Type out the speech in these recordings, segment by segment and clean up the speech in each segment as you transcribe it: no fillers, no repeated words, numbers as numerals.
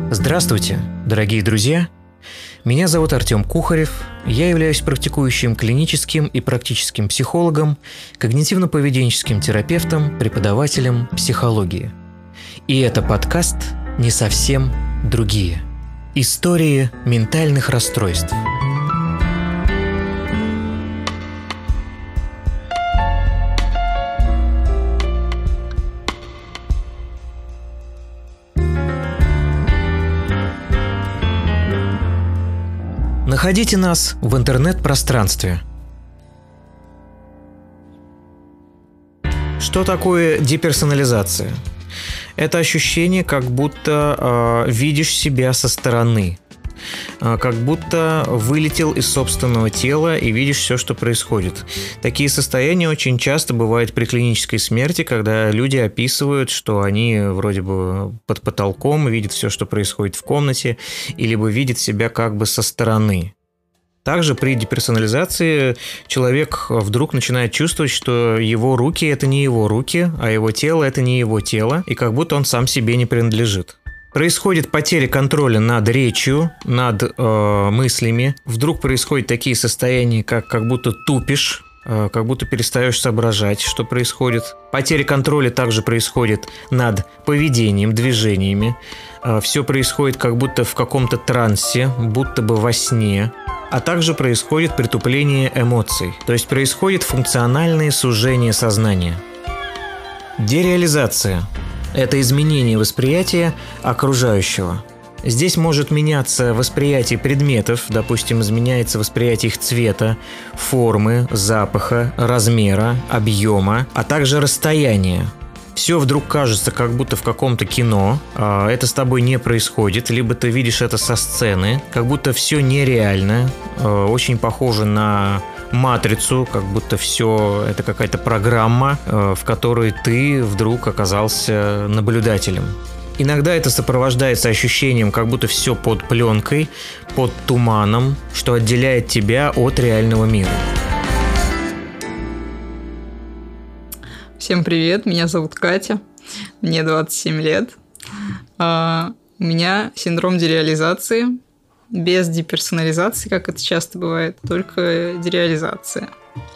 Здравствуйте, дорогие друзья! Меня зовут Артем Кухарев, я являюсь практикующим клиническим и практическим психологом, когнитивно-поведенческим терапевтом, преподавателем психологии. И это подкаст «Не совсем другие. Истории ментальных расстройств». Находите нас в интернет-пространстве. Что такое деперсонализация? Это ощущение, как будто видишь себя со стороны, как будто вылетел из собственного тела и видишь все, что происходит. Такие состояния очень часто бывают при клинической смерти, когда люди описывают, что они вроде бы под потолком, видят все, что происходит в комнате, или видят себя как бы со стороны. Также при деперсонализации человек вдруг начинает чувствовать, что его руки – это не его руки, а его тело – это не его тело, и как будто он сам себе не принадлежит. Происходит потеря контроля над речью, над мыслями. Вдруг происходят такие состояния, как будто тупишь, как будто перестаешь соображать, что происходит. Потеря контроля также происходит над поведением, движениями. Все происходит как будто в каком-то трансе, будто бы во сне. А также происходит притупление эмоций, то есть происходит функциональное сужение сознания. Дереализация – это изменение восприятия окружающего. Здесь может меняться восприятие предметов, допустим, изменяется восприятие их цвета, формы, запаха, размера, объема, а также расстояния. Все вдруг кажется, как будто в каком-то кино, это с тобой не происходит, либо ты видишь это со сцены, как будто все нереально, очень похоже на матрицу, как будто все это какая-то программа, в которой ты вдруг оказался наблюдателем. Иногда это сопровождается ощущением, как будто все под пленкой, под туманом, что отделяет тебя от реального мира. Всем привет, меня зовут Катя, мне 27 лет. У меня синдром дереализации, без деперсонализации, как это часто бывает, только дереализация.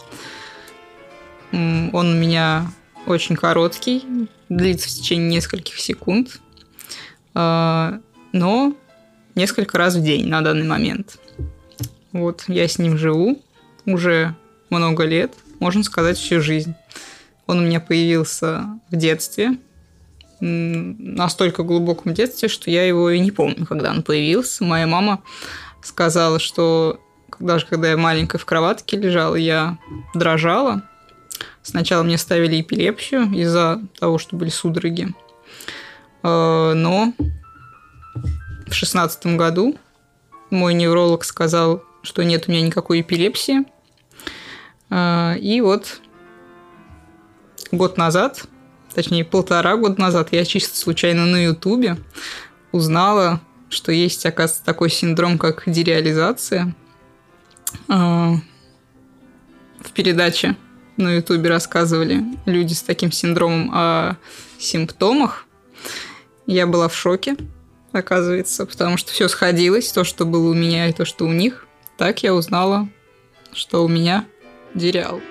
Он у меня очень короткий, длится в течение нескольких секунд, но несколько раз в день на данный момент. Вот, я с ним живу уже много лет, можно сказать, всю жизнь. Он у меня появился в детстве, настолько глубоком детстве, что я его и не помню, когда он появился. Моя мама сказала, что даже когда я маленькая в кроватке лежала, я дрожала. Сначала мне ставили эпилепсию из-за того, что были судороги. Но в 2016 году мой невролог сказал, что нет у меня никакой эпилепсии. И вот год назад, точнее 1,5 года назад, я чисто случайно на Ютубе узнала, что есть, оказывается, такой синдром, как дереализация. В передаче на Ютубе рассказывали люди с таким синдромом о симптомах. Я была в шоке, оказывается, потому что все сходилось, то, что было у меня, и то, что у них. Так я узнала, что у меня дереал.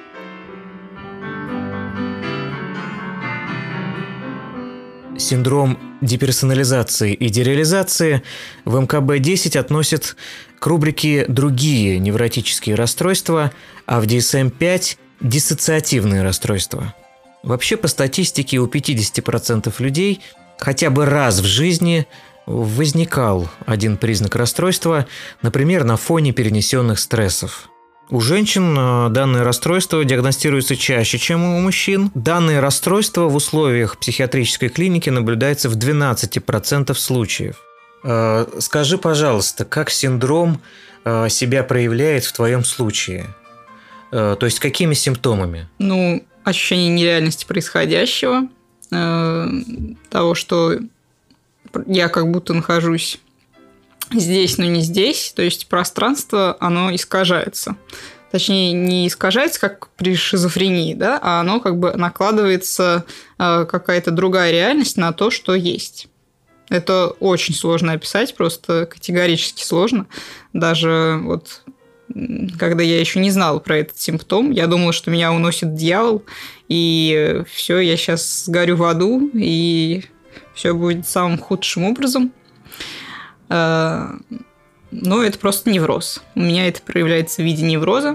Синдром деперсонализации и дереализации в МКБ-10 относят к рубрике «Другие невротические расстройства», а в DSM-5 – диссоциативные расстройства. Вообще, по статистике, у 50% людей хотя бы раз в жизни возникал один признак расстройства, например, на фоне перенесенных стрессов. У женщин данное расстройство диагностируется чаще, чем у мужчин. Данное расстройство в условиях психиатрической клиники наблюдается в 12% случаев. Скажи, пожалуйста, как синдром себя проявляет в твоем случае? То есть, какими симптомами? Ощущение нереальности происходящего, того, что я как будто нахожусь здесь, но не здесь, то есть пространство, оно искажается. Точнее, не искажается, как при шизофрении, да, а оно как бы накладывается какая-то другая реальность на то, что есть. Это очень сложно описать, просто категорически сложно. Даже вот когда я еще не знала про этот симптом, я думала, что меня уносит дьявол, и все, я сейчас сгорю в аду, и все будет самым худшим образом. Но это просто невроз. У меня это проявляется в виде невроза.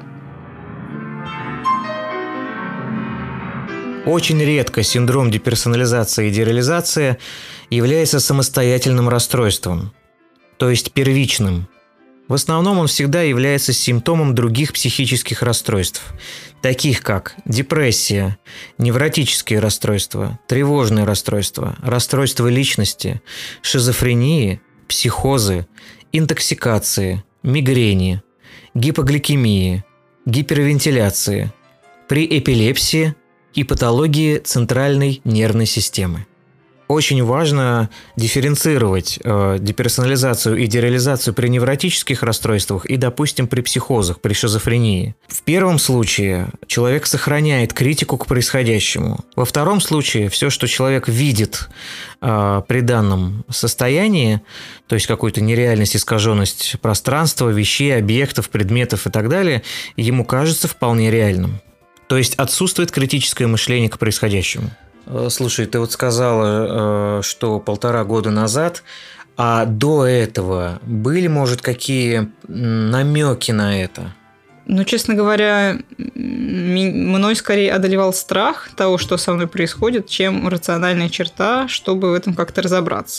Очень редко синдром деперсонализации и дереализации является самостоятельным расстройством, то есть первичным. В основном он всегда является симптомом других психических расстройств, таких как депрессия, невротические расстройства, тревожные расстройства, расстройства личности, шизофрении, психозы, интоксикации, мигрени, гипогликемии, гипервентиляции, при эпилепсии и патологии центральной нервной системы. Очень важно дифференцировать деперсонализацию и дереализацию при невротических расстройствах и, допустим, при психозах, при шизофрении. В первом случае человек сохраняет критику к происходящему. Во втором случае все, что человек видит при данном состоянии, то есть какую-то нереальность, искаженность пространства, вещей, объектов, предметов и так далее, ему кажется вполне реальным. То есть отсутствует критическое мышление к происходящему. Слушай, ты вот сказала, что 1,5 года назад, а до этого были, может, какие намеки на это? Ну, честно говоря, мной скорее одолевал страх того, что со мной происходит, чем рациональная черта, чтобы в этом как-то разобраться.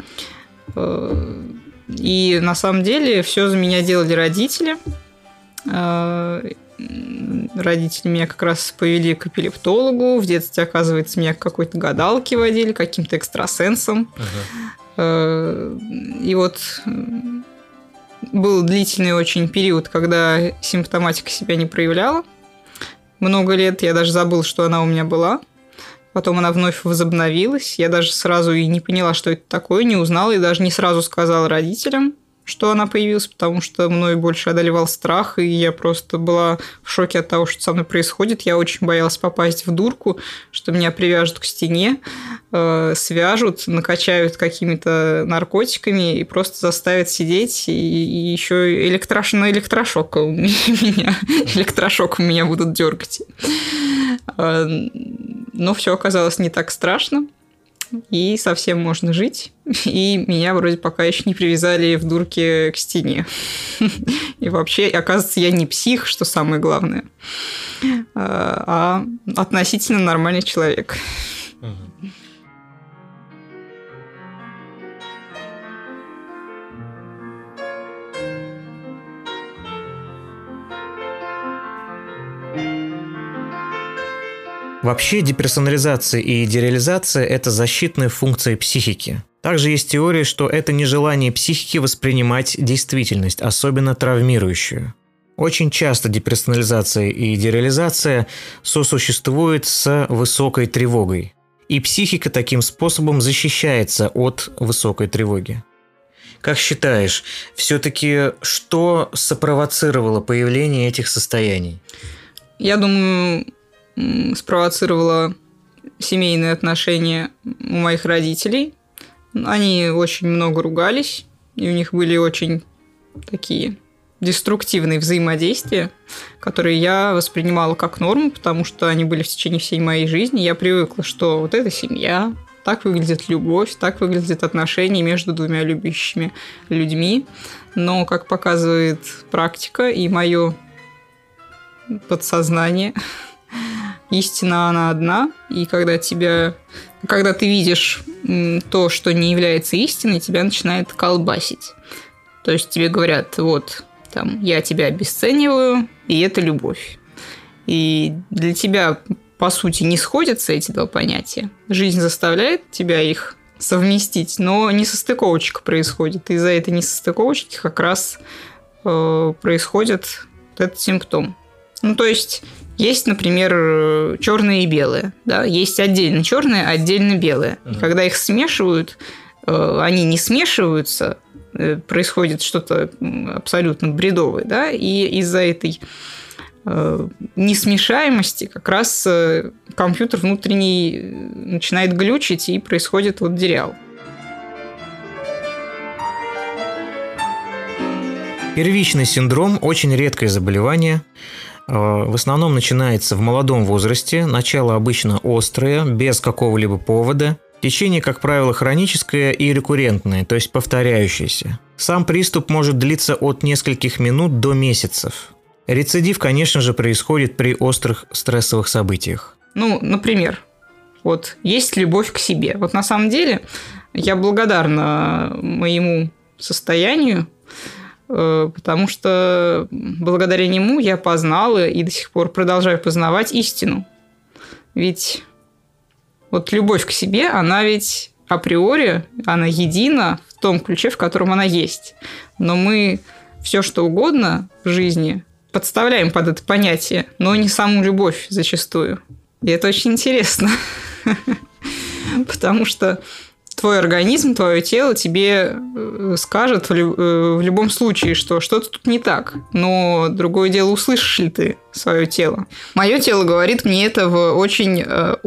И на самом деле все за меня делали родители. Родители меня как раз повели к эпилептологу. В детстве, оказывается, меня к какой-то гадалке водили, каким-то экстрасенсом. И вот был длительный очень период, когда симптоматика себя не проявляла. Много лет я даже забыл, что она у меня была. Потом она вновь возобновилась. Я даже сразу и не поняла, что это такое, не узнала и даже не сразу сказала родителям, что она появилась, потому что мной больше одолевал страх, и я просто была в шоке от того, что со мной происходит. Я очень боялась попасть в дурку, что меня привяжут к стене, свяжут, накачают какими-то наркотиками и просто заставят сидеть, и еще электрошок у меня будут дергать. Но все оказалось не так страшно. И совсем можно жить. И меня вроде пока еще не привязали в дурке к стене. И вообще, оказывается, я не псих, что самое главное, а относительно нормальный человек. Вообще деперсонализация и дереализация – это защитная функция психики. Также есть теория, что это нежелание психики воспринимать действительность, особенно травмирующую. Очень часто деперсонализация и дереализация сосуществуют с высокой тревогой. И психика таким способом защищается от высокой тревоги. Как считаешь, все-таки что спровоцировало появление этих состояний? Я думаю, спровоцировало семейные отношения у моих родителей. Они очень много ругались, и у них были очень такие деструктивные взаимодействия, которые я воспринимала как норму, потому что они были в течение всей моей жизни. Я привыкла, что вот это семья, так выглядит любовь, так выглядят отношения между двумя любящими людьми. Но, как показывает практика и мое подсознание, истина, она одна, и когда ты видишь то, что не является истиной, тебя начинает колбасить. То есть тебе говорят, вот, там, я тебя обесцениваю, и это любовь. И для тебя, по сути, не сходятся эти два понятия. Жизнь заставляет тебя их совместить, но несостыковочка происходит. И из-за этой несостыковочки как раз происходит вот этот симптом. Ну, то есть, например, черное и белое. Да? Есть отдельно черное, отдельно белое. И когда их смешивают, они не смешиваются, происходит что-то абсолютно бредовое. Да? И из-за этой несмешаемости как раз компьютер внутренний начинает глючить, и происходит вот дереал. Первичный синдром – очень редкое заболевание. В основном начинается в молодом возрасте. Начало обычно острое, без какого-либо повода. Течение, как правило, хроническое и рекуррентное, то есть повторяющееся. Сам приступ может длиться от нескольких минут до месяцев. Рецидив, конечно же, происходит при острых стрессовых событиях. Например, есть любовь к себе. На самом деле я благодарна моему состоянию, потому что благодаря нему я познала и до сих пор продолжаю познавать истину. Ведь любовь к себе, она ведь априори, она едина в том ключе, в котором она есть. Но мы все, что угодно в жизни подставляем под это понятие, но не саму любовь зачастую. И это очень интересно. Потому что твой организм, твое тело тебе скажет в любом случае, что что-то тут не так. Но другое дело, услышишь ли ты свое тело. Мое тело говорит мне это в очень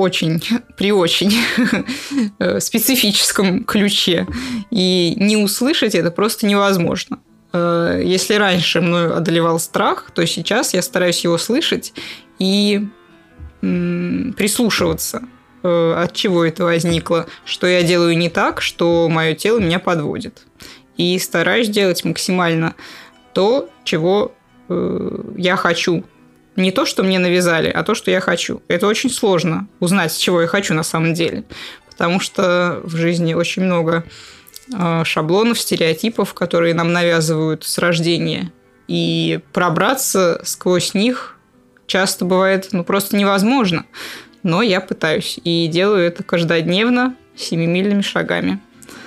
специфическом ключе. И не услышать это просто невозможно. Если раньше мною одолевал страх, то сейчас я стараюсь его слышать и прислушиваться. От чего это возникло, что я делаю не так, что мое тело меня подводит. И стараюсь делать максимально то, чего я хочу. Не то, что мне навязали, а то, что я хочу. Это очень сложно узнать, чего я хочу на самом деле. Потому что в жизни очень много шаблонов, стереотипов, которые нам навязывают с рождения. И пробраться сквозь них часто бывает просто невозможно. Но я пытаюсь и делаю это каждодневно, 7-мильными шагами,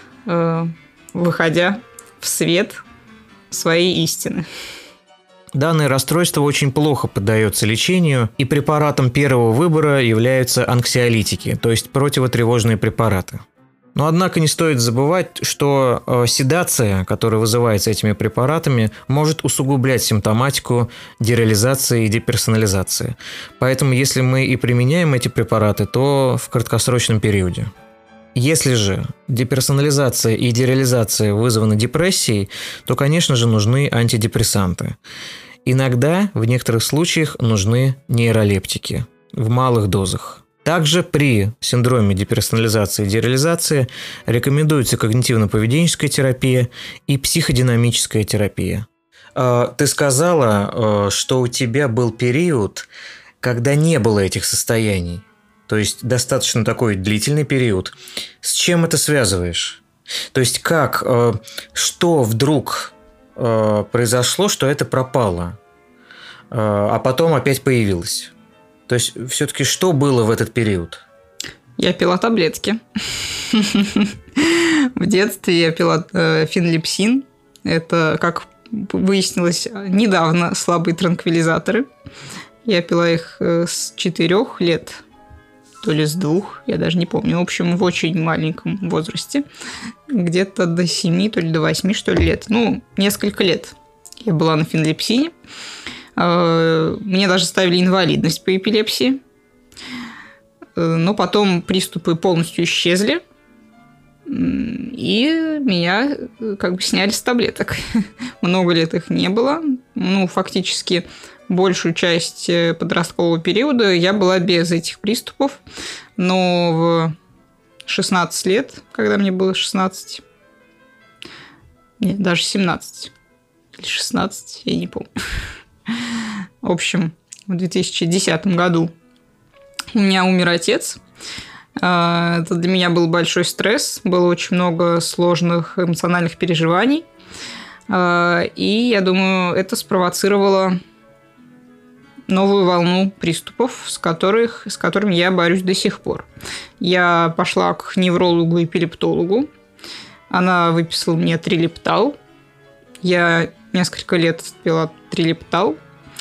выходя в свет своей истины. Данное расстройство очень плохо поддается лечению, и препаратом первого выбора являются анксиолитики, то есть противотревожные препараты. Но, однако, не стоит забывать, что седация, которая вызывается этими препаратами, может усугублять симптоматику дереализации и деперсонализации. Поэтому, если мы и применяем эти препараты, то в краткосрочном периоде. Если же деперсонализация и дереализация вызваны депрессией, то, конечно же, нужны антидепрессанты. Иногда, в некоторых случаях, нужны нейролептики в малых дозах. Также при синдроме деперсонализации и дереализации рекомендуется когнитивно-поведенческая терапия и психодинамическая терапия. Ты сказала, что у тебя был период, когда не было этих состояний. То есть достаточно такой длительный период. С чем это связываешь? То есть что вдруг произошло, что это пропало, а потом опять появилось? То есть, все-таки что было в этот период? Я пила таблетки. В детстве я пила фенлипсин. Это, как выяснилось, недавно слабые транквилизаторы. Я пила их с 4 лет, то ли с 2, я даже не помню. В общем, в очень маленьком возрасте. Где-то до 7, то ли до 8, что ли, лет. Несколько лет я была на фенлипсине. Мне даже ставили инвалидность по эпилепсии. Но потом приступы полностью исчезли. И меня сняли с таблеток. Много лет их не было. Фактически большую часть подросткового периода я была без этих приступов. Но в 16 лет, когда мне было 16, нет, даже 17 или 16, я не помню. В общем, в 2010 году у меня умер отец. Это для меня был большой стресс. Было очень много сложных эмоциональных переживаний. И, я думаю, это спровоцировало новую волну приступов, с которыми я борюсь до сих пор. Я пошла к неврологу-эпилептологу. Она выписала мне трилептал. Я несколько лет пила трилептал.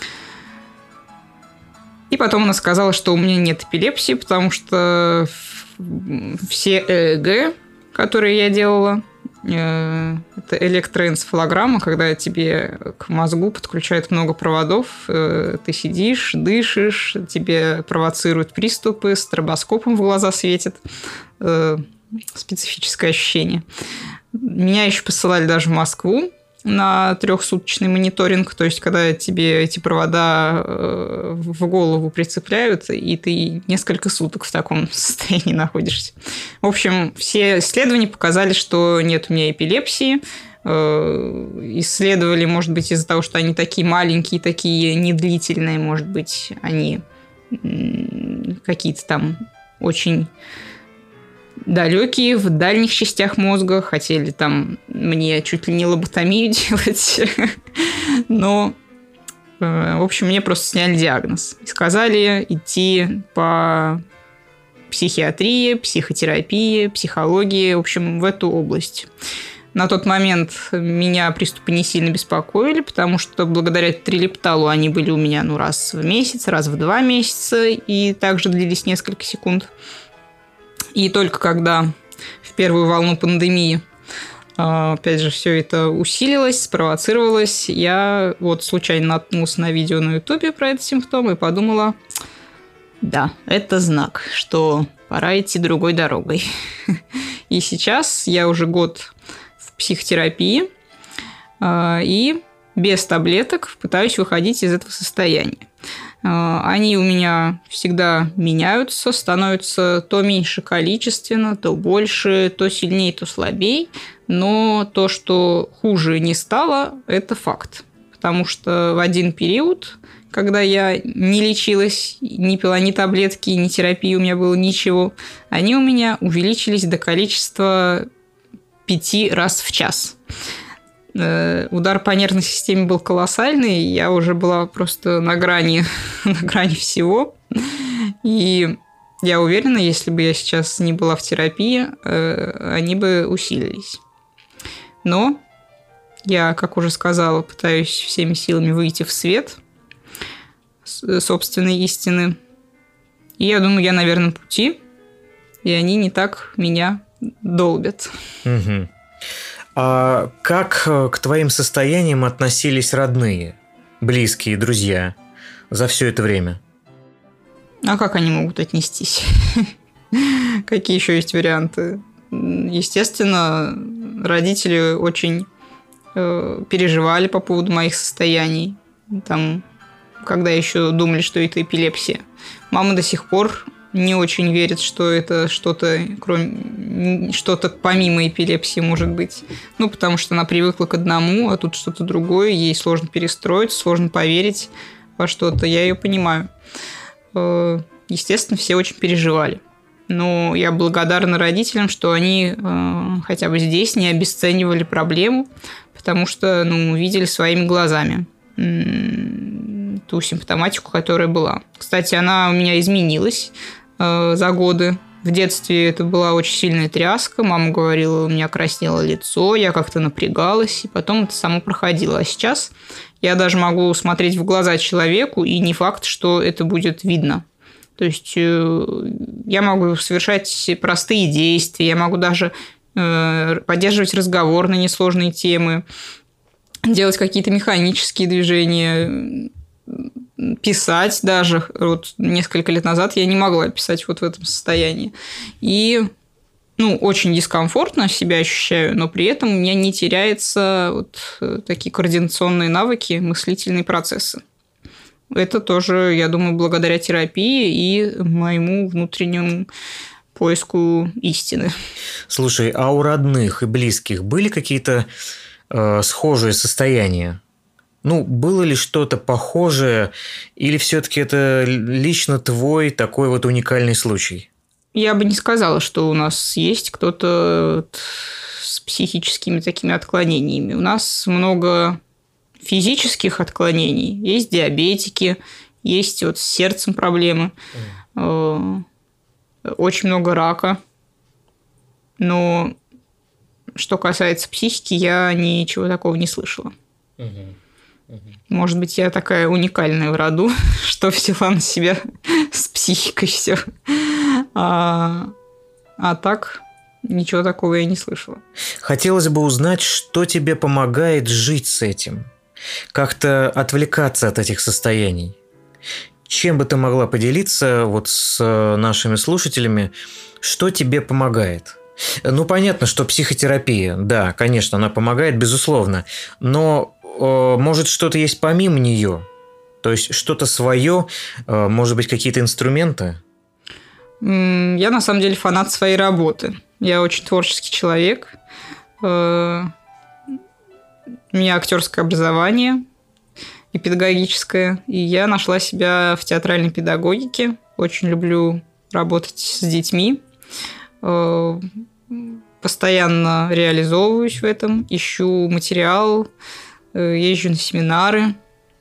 И потом она сказала, что у меня нет эпилепсии, потому что все ЭЭГ, которые я делала, это электроэнцефалограмма, когда тебе к мозгу подключают много проводов, ты сидишь, дышишь, тебе провоцируют приступы, стробоскопом в глаза светит. Специфическое ощущение. Меня еще посылали даже в Москву. на 3-суточный мониторинг, то есть когда тебе эти провода в голову прицепляют, и ты несколько суток в таком состоянии находишься. В общем, все исследования показали, что нет у меня эпилепсии. Исследовали, может быть, из-за того, что они такие маленькие, такие недлительные, может быть, они какие-то там очень далекие, в дальних частях мозга, хотели там мне чуть ли не лоботомию делать, но, в общем, мне просто сняли диагноз и сказали идти по психиатрии, психотерапии, психологии, в общем, в эту область. На тот момент меня приступы не сильно беспокоили, потому что благодаря трилепталу они были у меня раз в месяц, раз в 2 месяца, и также длились несколько секунд. И только когда в первую волну пандемии, опять же, все это усилилось, спровоцировалось, я случайно наткнулась на видео на Ютубе про этот симптом и подумала, да, это знак, что пора идти другой дорогой. И сейчас я уже год в психотерапии и без таблеток пытаюсь выходить из этого состояния. Они у меня всегда меняются, становятся то меньше количественно, то больше, то сильнее, то слабее. Но то, что хуже не стало, это факт. Потому что в один период, когда я не лечилась, не пила ни таблетки, ни терапии, у меня было ничего, они у меня увеличились до количества 5 раз в час. Удар по нервной системе был колоссальный, я уже была просто на грани всего. И я уверена, если бы я сейчас не была в терапии, они бы усилились. Но я, как уже сказала, пытаюсь всеми силами выйти в свет собственной истины. И я думаю, я на верном пути, и они не так меня долбят. Угу. А как к твоим состояниям относились родные, близкие, друзья за все это время? А как они могут отнестись? Какие еще есть варианты? Естественно, родители очень переживали по поводу моих состояний. Там, когда еще думали, что это эпилепсия. Мама до сих пор не очень верит, что это что-то помимо эпилепсии может быть. Потому что она привыкла к одному, а тут что-то другое, ей сложно перестроить, сложно поверить во что-то. Я ее понимаю. Естественно, все очень переживали. Но я благодарна родителям, что они хотя бы здесь не обесценивали проблему, потому что видели своими глазами ту симптоматику, которая была. Кстати, она у меня изменилась за годы. В детстве это была очень сильная тряска. Мама говорила, у меня краснело лицо, я как-то напрягалась, и потом это само проходило. А сейчас я даже могу смотреть в глаза человеку, и не факт, что это будет видно. То есть я могу совершать простые действия, я могу даже поддерживать разговор на несложные темы, делать какие-то механические движения, писать даже. Несколько лет назад я не могла писать в этом состоянии. И очень дискомфортно себя ощущаю, но при этом у меня не теряются такие координационные навыки, мыслительные процессы. Это тоже, я думаю, благодаря терапии и моему внутреннему поиску истины. Слушай, а у родных и близких были какие-то схожие состояния? Было ли что-то похожее, или все-таки это лично твой такой уникальный случай? Я бы не сказала, что у нас есть кто-то с психическими такими отклонениями. У нас много физических отклонений. Есть диабетики, есть с сердцем проблемы, очень много рака. Но что касается психики, я ничего такого не слышала. Может быть, я такая уникальная в роду, что взяла на себя с психикой все. А так ничего такого я не слышала. Хотелось бы узнать, что тебе помогает жить с этим, как-то отвлекаться от этих состояний. Чем бы ты могла поделиться с нашими слушателями, что тебе помогает? Ну, понятно, что психотерапия, да, конечно, она помогает, безусловно. Но, может, что-то есть помимо нее? То есть, что-то свое, может быть, какие-то инструменты? Я, на самом деле, фанат своей работы. Я очень творческий человек. У меня актерское образование и педагогическое. И я нашла себя в театральной педагогике. Очень люблю работать с детьми. Постоянно реализовываюсь в этом. Ищу материал, езжу на семинары.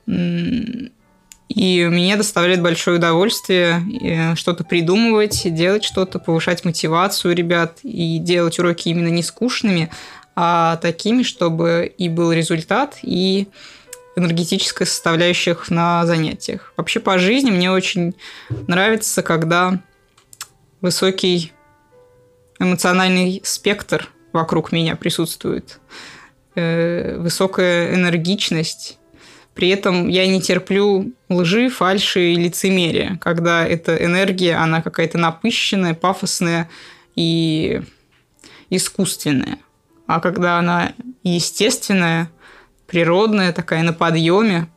И мне доставляет большое удовольствие что-то придумывать, делать что-то, повышать мотивацию ребят и делать уроки именно не скучными, а такими, чтобы и был результат, и энергетическая составляющая на занятиях. Вообще по жизни мне очень нравится, когда высокий эмоциональный спектр вокруг меня присутствует, высокая энергичность. При этом я не терплю лжи, фальши и лицемерия, когда эта энергия, она какая-то напыщенная, пафосная и искусственная. А когда она естественная, природная, такая на подъеме,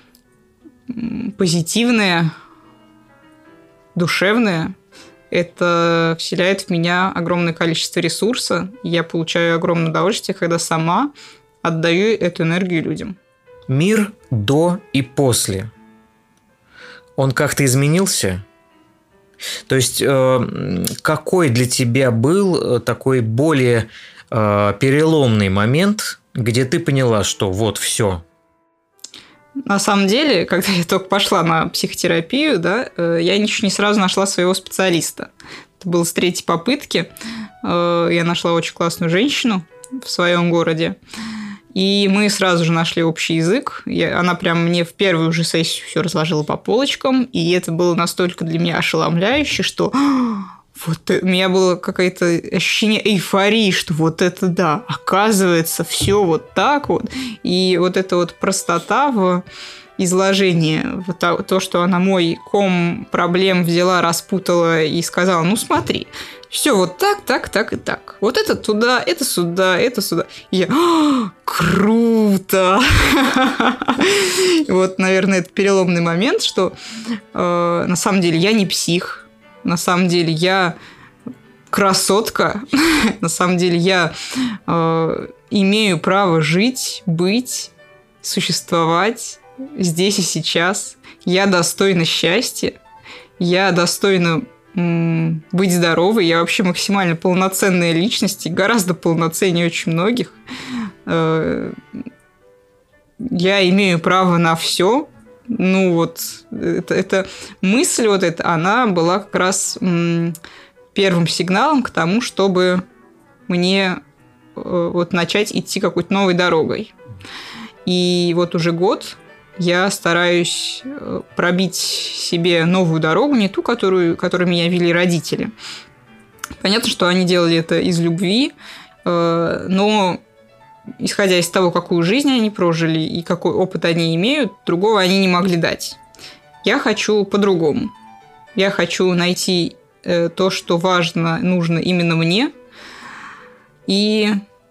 позитивная, душевная, это вселяет в меня огромное количество ресурса. И я получаю огромное удовольствие, когда сама отдаю эту энергию людям. Мир до и после. Он как-то изменился? То есть, какой для тебя был такой более переломный момент, где ты поняла, что вот все? На самом деле, когда я только пошла на психотерапию, да, я еще не сразу нашла своего специалиста. Это было с 3-й попытки. Я нашла очень классную женщину в своем городе. И мы сразу же нашли общий язык. Она прям мне в первую же сессию все разложила по полочкам. И это было настолько для меня ошеломляюще, что вот у меня было какое-то ощущение эйфории, что вот это да, оказывается, все вот так вот. И вот эта вот простота в изложении, вот то, что она мой ком проблем взяла, распутала и сказала, ну смотри, все вот так, так, так и так. Вот это туда, это сюда, это сюда. И я, круто! Вот, наверное, это переломный момент, что на самом деле я не псих, на самом деле я красотка, на самом деле я имею право жить, быть, существовать здесь и сейчас. Я достойна счастья, я достойна быть здоровой, я вообще максимально полноценная личность, и гораздо полноценнее очень многих. Я имею право на все. Ну вот, эта мысль вот эта, она была как раз первым сигналом к тому, чтобы мне вот начать идти какой-то новой дорогой. И вот уже год я стараюсь пробить себе новую дорогу, не ту, которую меня вели родители. Понятно, что они делали это из любви, но исходя из того, какую жизнь они прожили и какой опыт они имеют, другого они не могли дать. Я хочу по-другому. Я хочу найти то, что важно, нужно именно мне, и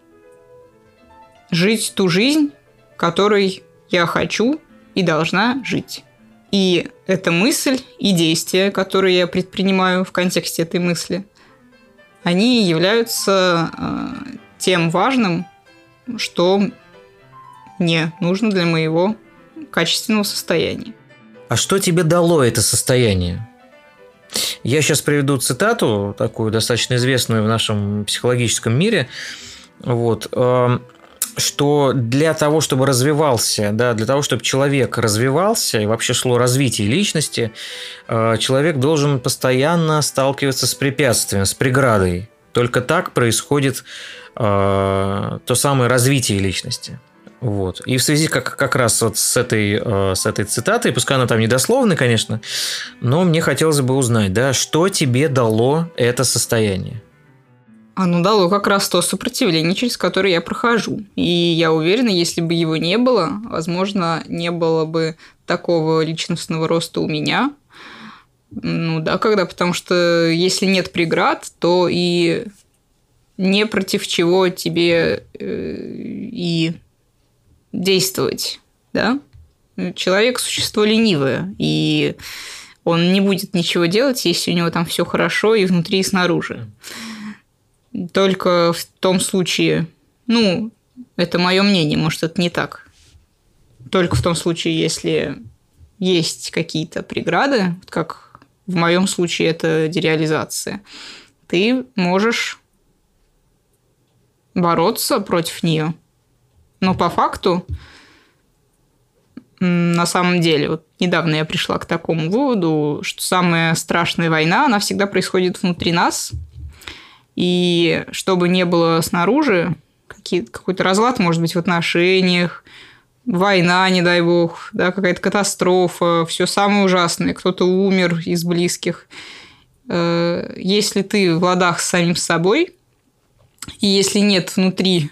жить ту жизнь, которой я хочу и должна жить. И эта мысль и действия, которые я предпринимаю в контексте этой мысли, они являются тем важным, что мне нужно для моего качественного состояния. А что тебе дало это состояние? Я сейчас приведу цитату, такую достаточно известную в нашем психологическом мире. Вот. Что для того, чтобы развивался, да, для того, чтобы человек развивался и вообще шло развитие личности, человек должен постоянно сталкиваться с препятствием, с преградой. Только так происходит то самое развитие личности. Вот. И в связи как раз вот с этой цитатой, пускай она там недословная, конечно, но мне хотелось бы узнать, да, что тебе дало это состояние? Оно дало как раз то сопротивление, через которое я прохожу. И я уверена, если бы его не было, возможно, не было бы такого личностного роста у меня. Ну да, потому что если нет преград, то и не против чего тебе и действовать, да? Человек – существо ленивое, и он не будет ничего делать, если у него там все хорошо и внутри, и снаружи. Только в том случае, ну, это мое мнение, может, это не так. Только в том случае, если есть какие-то преграды, как в моем случае это дереализация, ты можешь бороться против нее. Но по факту, на самом деле, вот недавно я пришла к такому выводу, что самая страшная война, она всегда происходит внутри нас. И чтобы не было снаружи, какой-то разлад, может быть, в отношениях, война, не дай бог, да, какая-то катастрофа, все самое ужасное, кто-то умер из близких. Если ты в ладах с самим собой, и если нет внутри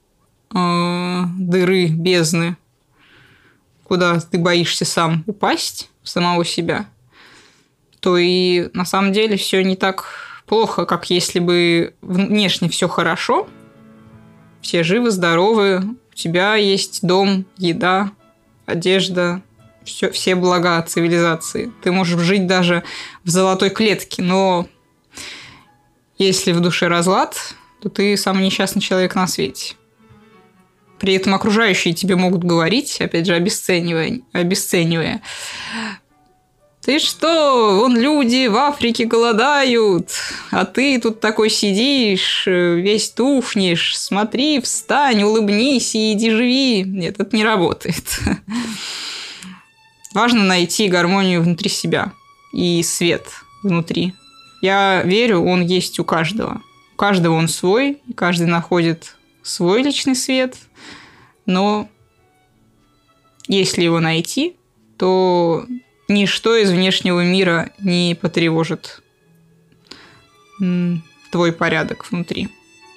дыры, бездны, куда ты боишься сам упасть в самого себя, то и на самом деле все не так плохо, как если бы внешне все хорошо, все живы, здоровы, у тебя есть дом, еда, одежда, все блага цивилизации. Ты можешь жить даже в золотой клетке, но если в душе разлад, то ты самый несчастный человек на свете. При этом окружающие тебе могут говорить, опять же, обесценивая. Ты что, вон люди в Африке голодают, а ты тут такой сидишь, весь тухнешь, смотри, встань, улыбнись и иди живи. Нет, это не работает. Важно найти гармонию внутри себя и свет внутри. Я верю, он есть у каждого. У каждого он свой, и каждый находит свой личный свет, но если его найти, то ничто из внешнего мира не потревожит твой порядок внутри.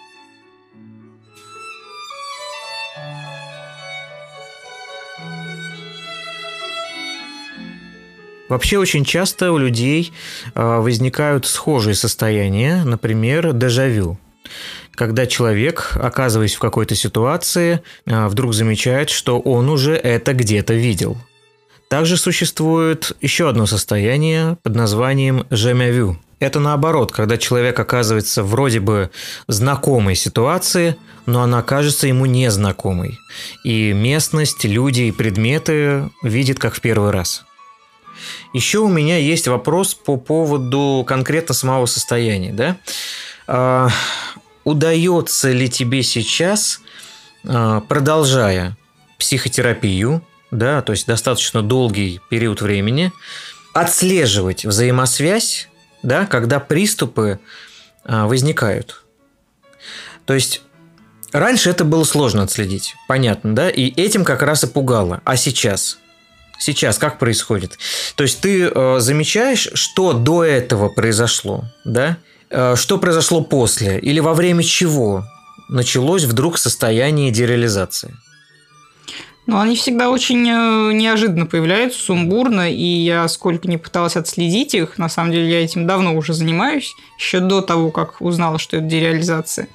Вообще очень часто у людей возникают схожие состояния, например, дежавю. Когда человек, оказываясь в какой-то ситуации, вдруг замечает, что он уже это где-то видел. Также существует еще одно состояние под названием «жемявю». Это наоборот, когда человек оказывается вроде бы знакомой ситуации, но она кажется ему незнакомой. И местность, люди и предметы видит как в первый раз. Еще у меня есть вопрос по поводу конкретно самого состояния. Да? Удается ли тебе сейчас, продолжая психотерапию, да, то есть достаточно долгий период времени, отслеживать взаимосвязь, да, когда приступы возникают? То есть раньше это было сложно отследить, понятно, да, и этим как раз и пугало. А сейчас? Сейчас как происходит? То есть ты замечаешь, что до этого произошло, да? Что произошло после? Или во время чего началось вдруг состояние дереализации? Ну, они всегда очень неожиданно появляются, сумбурно, и я сколько ни пыталась отследить их, на самом деле я этим давно уже занимаюсь, еще до того, как узнала, что это дереализация.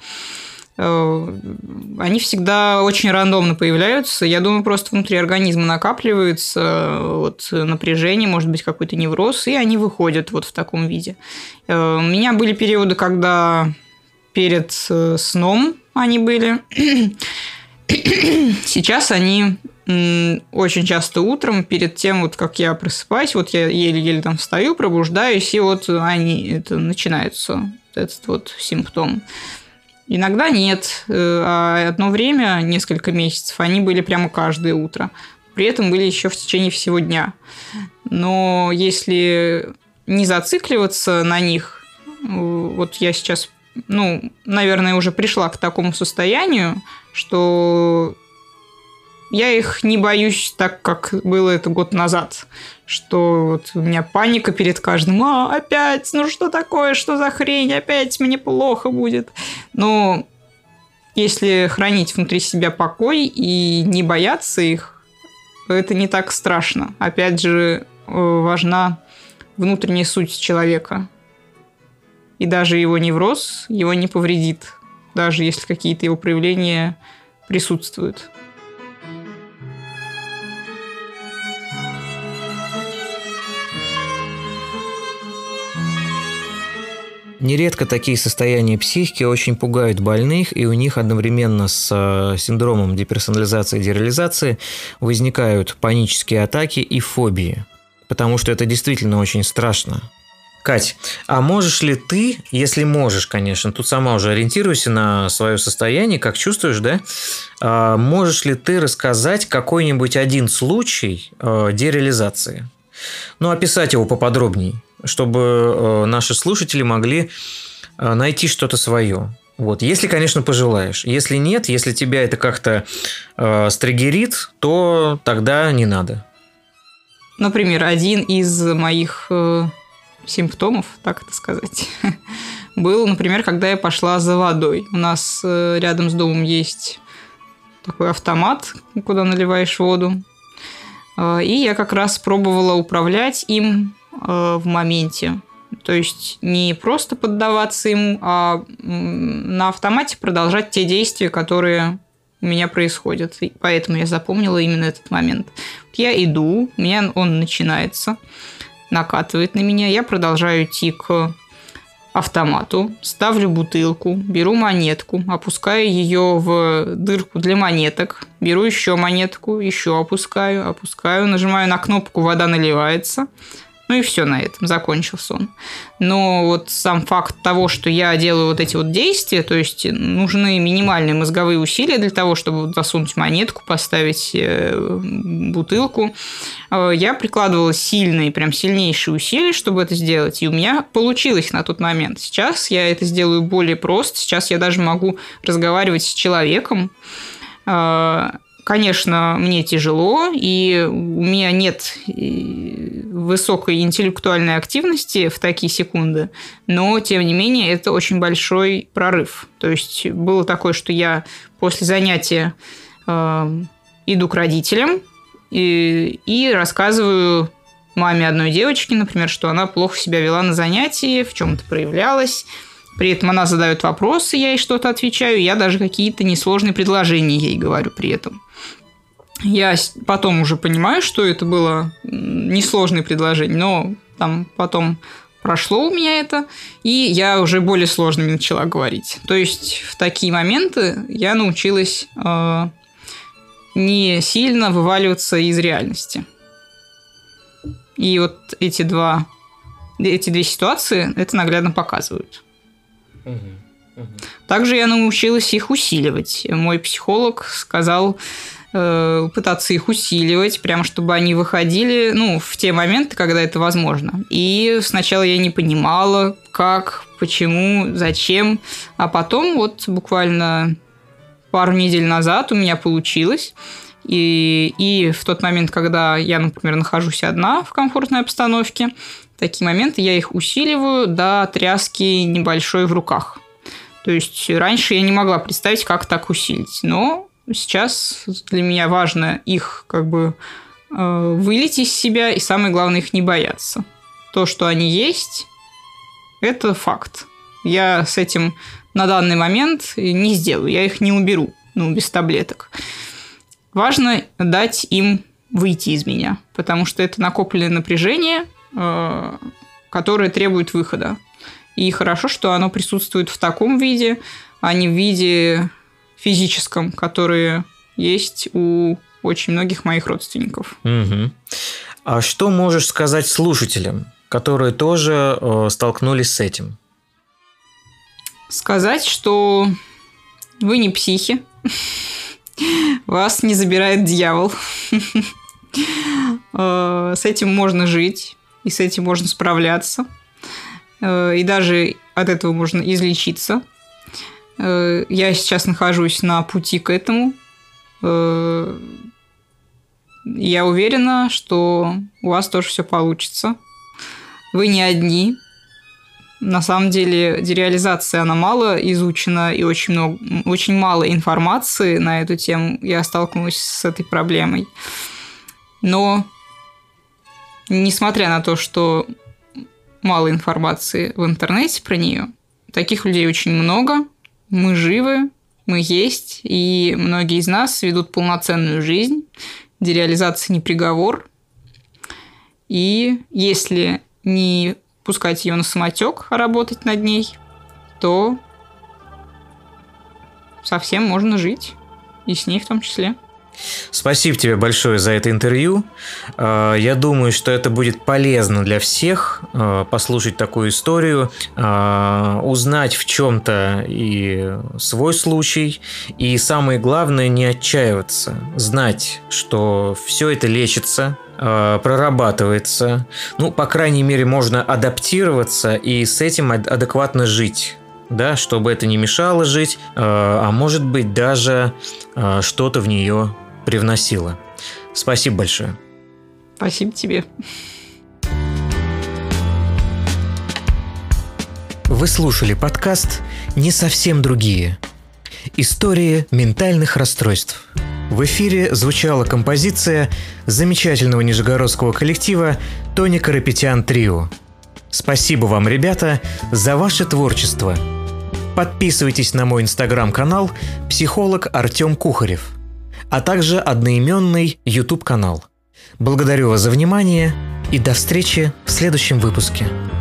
Они всегда очень рандомно появляются. Я думаю, просто внутри организма накапливается вот напряжение, может быть, какой-то невроз, и они выходят вот в таком виде. У меня были периоды, когда перед сном они были. Сейчас они очень часто утром, перед тем, вот как я просыпаюсь, вот я еле-еле там встаю, пробуждаюсь, и вот они, это начинается, этот вот симптом. Иногда нет, а одно время, несколько месяцев, они были прямо каждое утро. При этом были еще в течение всего дня. Но если не зацикливаться на них, вот я сейчас, наверное, уже пришла к такому состоянию, что я их не боюсь так, как было это год назад. Что вот у меня паника перед каждым. Опять, что такое, что за хрень, опять мне плохо будет. Но если хранить внутри себя покой и не бояться их, это не так страшно. Опять же, важна внутренняя суть человека. И даже его невроз его не повредит. даже если какие-то его проявления присутствуют. Нередко такие состояния психики очень пугают больных, и у них одновременно с синдромом деперсонализации и дереализации возникают панические атаки и фобии, потому что это действительно очень страшно. Кать, а можешь ли ты, если можешь, конечно, тут сама уже ориентируйся на свое состояние, как чувствуешь, да? Можешь ли ты рассказать какой-нибудь один случай дереализации? Ну, описать его поподробнее, чтобы наши слушатели могли найти что-то свое. Вот. Если, конечно, пожелаешь. Если нет, если тебя это как-то стригерит, то тогда не надо. Например, один из моих симптомов, так это сказать, был, например, когда я пошла за водой. У нас рядом с домом есть такой автомат, куда наливаешь воду. И я как раз пробовала управлять им в моменте. То есть не просто поддаваться ему, а на автомате продолжать те действия, которые у меня происходят. И поэтому я запомнила именно этот момент. Я иду, у меня он начинается, накатывает на меня, я продолжаю идти к автомату, ставлю бутылку, беру монетку, опускаю ее в дырку для монеток, беру еще монетку, еще опускаю, нажимаю на кнопку «Вода наливается». Ну и все на этом, закончился он. Но вот сам факт того, что я делаю вот эти вот действия, то есть нужны минимальные мозговые усилия для того, чтобы засунуть монетку, поставить бутылку. Я прикладывала сильные, прям сильнейшие усилия, чтобы это сделать, и у меня получилось на тот момент. Сейчас я это сделаю более просто, сейчас я даже могу разговаривать с человеком. Конечно, мне тяжело, и у меня нет высокой интеллектуальной активности в такие секунды, но, тем не менее, это очень большой прорыв. То есть было такое, что я после занятия иду к родителям и рассказываю маме одной девочки, например, что она плохо себя вела на занятии, в чем-то проявлялась. При этом она задает вопросы, я ей что-то отвечаю, я даже какие-то несложные предложения ей говорю при этом. Я потом уже понимаю, что это было несложное предложение, но там потом прошло у меня это, и я уже более сложными начала говорить. То есть в такие моменты я научилась не сильно вываливаться из реальности. И вот эти две ситуации это наглядно показывают. Также я научилась их усиливать. Мой психолог сказал пытаться их усиливать, прям чтобы они выходили, в те моменты, когда это возможно. И сначала я не понимала, как, почему, зачем, а потом вот буквально пару недель назад у меня получилось. И в тот момент, когда я, например, нахожусь одна в комфортной обстановке, в такие моменты я их усиливаю до тряски небольшой в руках. То есть раньше я не могла представить, как так усилить. Но сейчас для меня важно их вылить из себя, и самое главное, их не бояться. То, что они есть, это факт. Я с этим на данный момент не сделаю, я их не уберу, без таблеток. Важно дать им выйти из меня, потому что это накопленное напряжение, которое требует выхода. И хорошо, что оно присутствует в таком виде, а не в виде физическом, которые есть у очень многих моих родственников. Угу. А что можешь сказать слушателям, которые тоже столкнулись с этим? Сказать, что вы не психи, вас не забирает дьявол. С этим можно жить, и с этим можно справляться. И даже от этого можно излечиться. Я сейчас нахожусь на пути к этому. Я уверена, что у вас тоже все получится. Вы не одни. На самом деле, дереализация, она мало изучена, и очень мало информации на эту тему. Я столкнулась с этой проблемой. Но, несмотря на то, что мало информации в интернете про нее, таких людей очень много, мы живы, мы есть, и многие из нас ведут полноценную жизнь. Дереализация не приговор. И если не пускать ее на самотек, а работать над ней, то совсем можно жить. И с ней в том числе. Спасибо тебе большое за это интервью. Я думаю, что это будет полезно для всех послушать такую историю, узнать в чем-то и свой случай. И самое главное, не отчаиваться, знать, что все это лечится, прорабатывается. Ну, по крайней мере, можно адаптироваться и с этим адекватно жить. Да, чтобы это не мешало жить, а может быть даже что-то в нее привносило. Спасибо большое. Спасибо тебе. Вы слушали подкаст «Не совсем другие. Истории ментальных расстройств». В эфире звучала композиция замечательного нижегородского коллектива «Тони Карапетян Трио». Спасибо вам, ребята, за ваше творчество. Подписывайтесь на мой инстаграм-канал «Психолог Артем Кухарев», а также одноименный YouTube-канал. Благодарю вас за внимание и до встречи в следующем выпуске.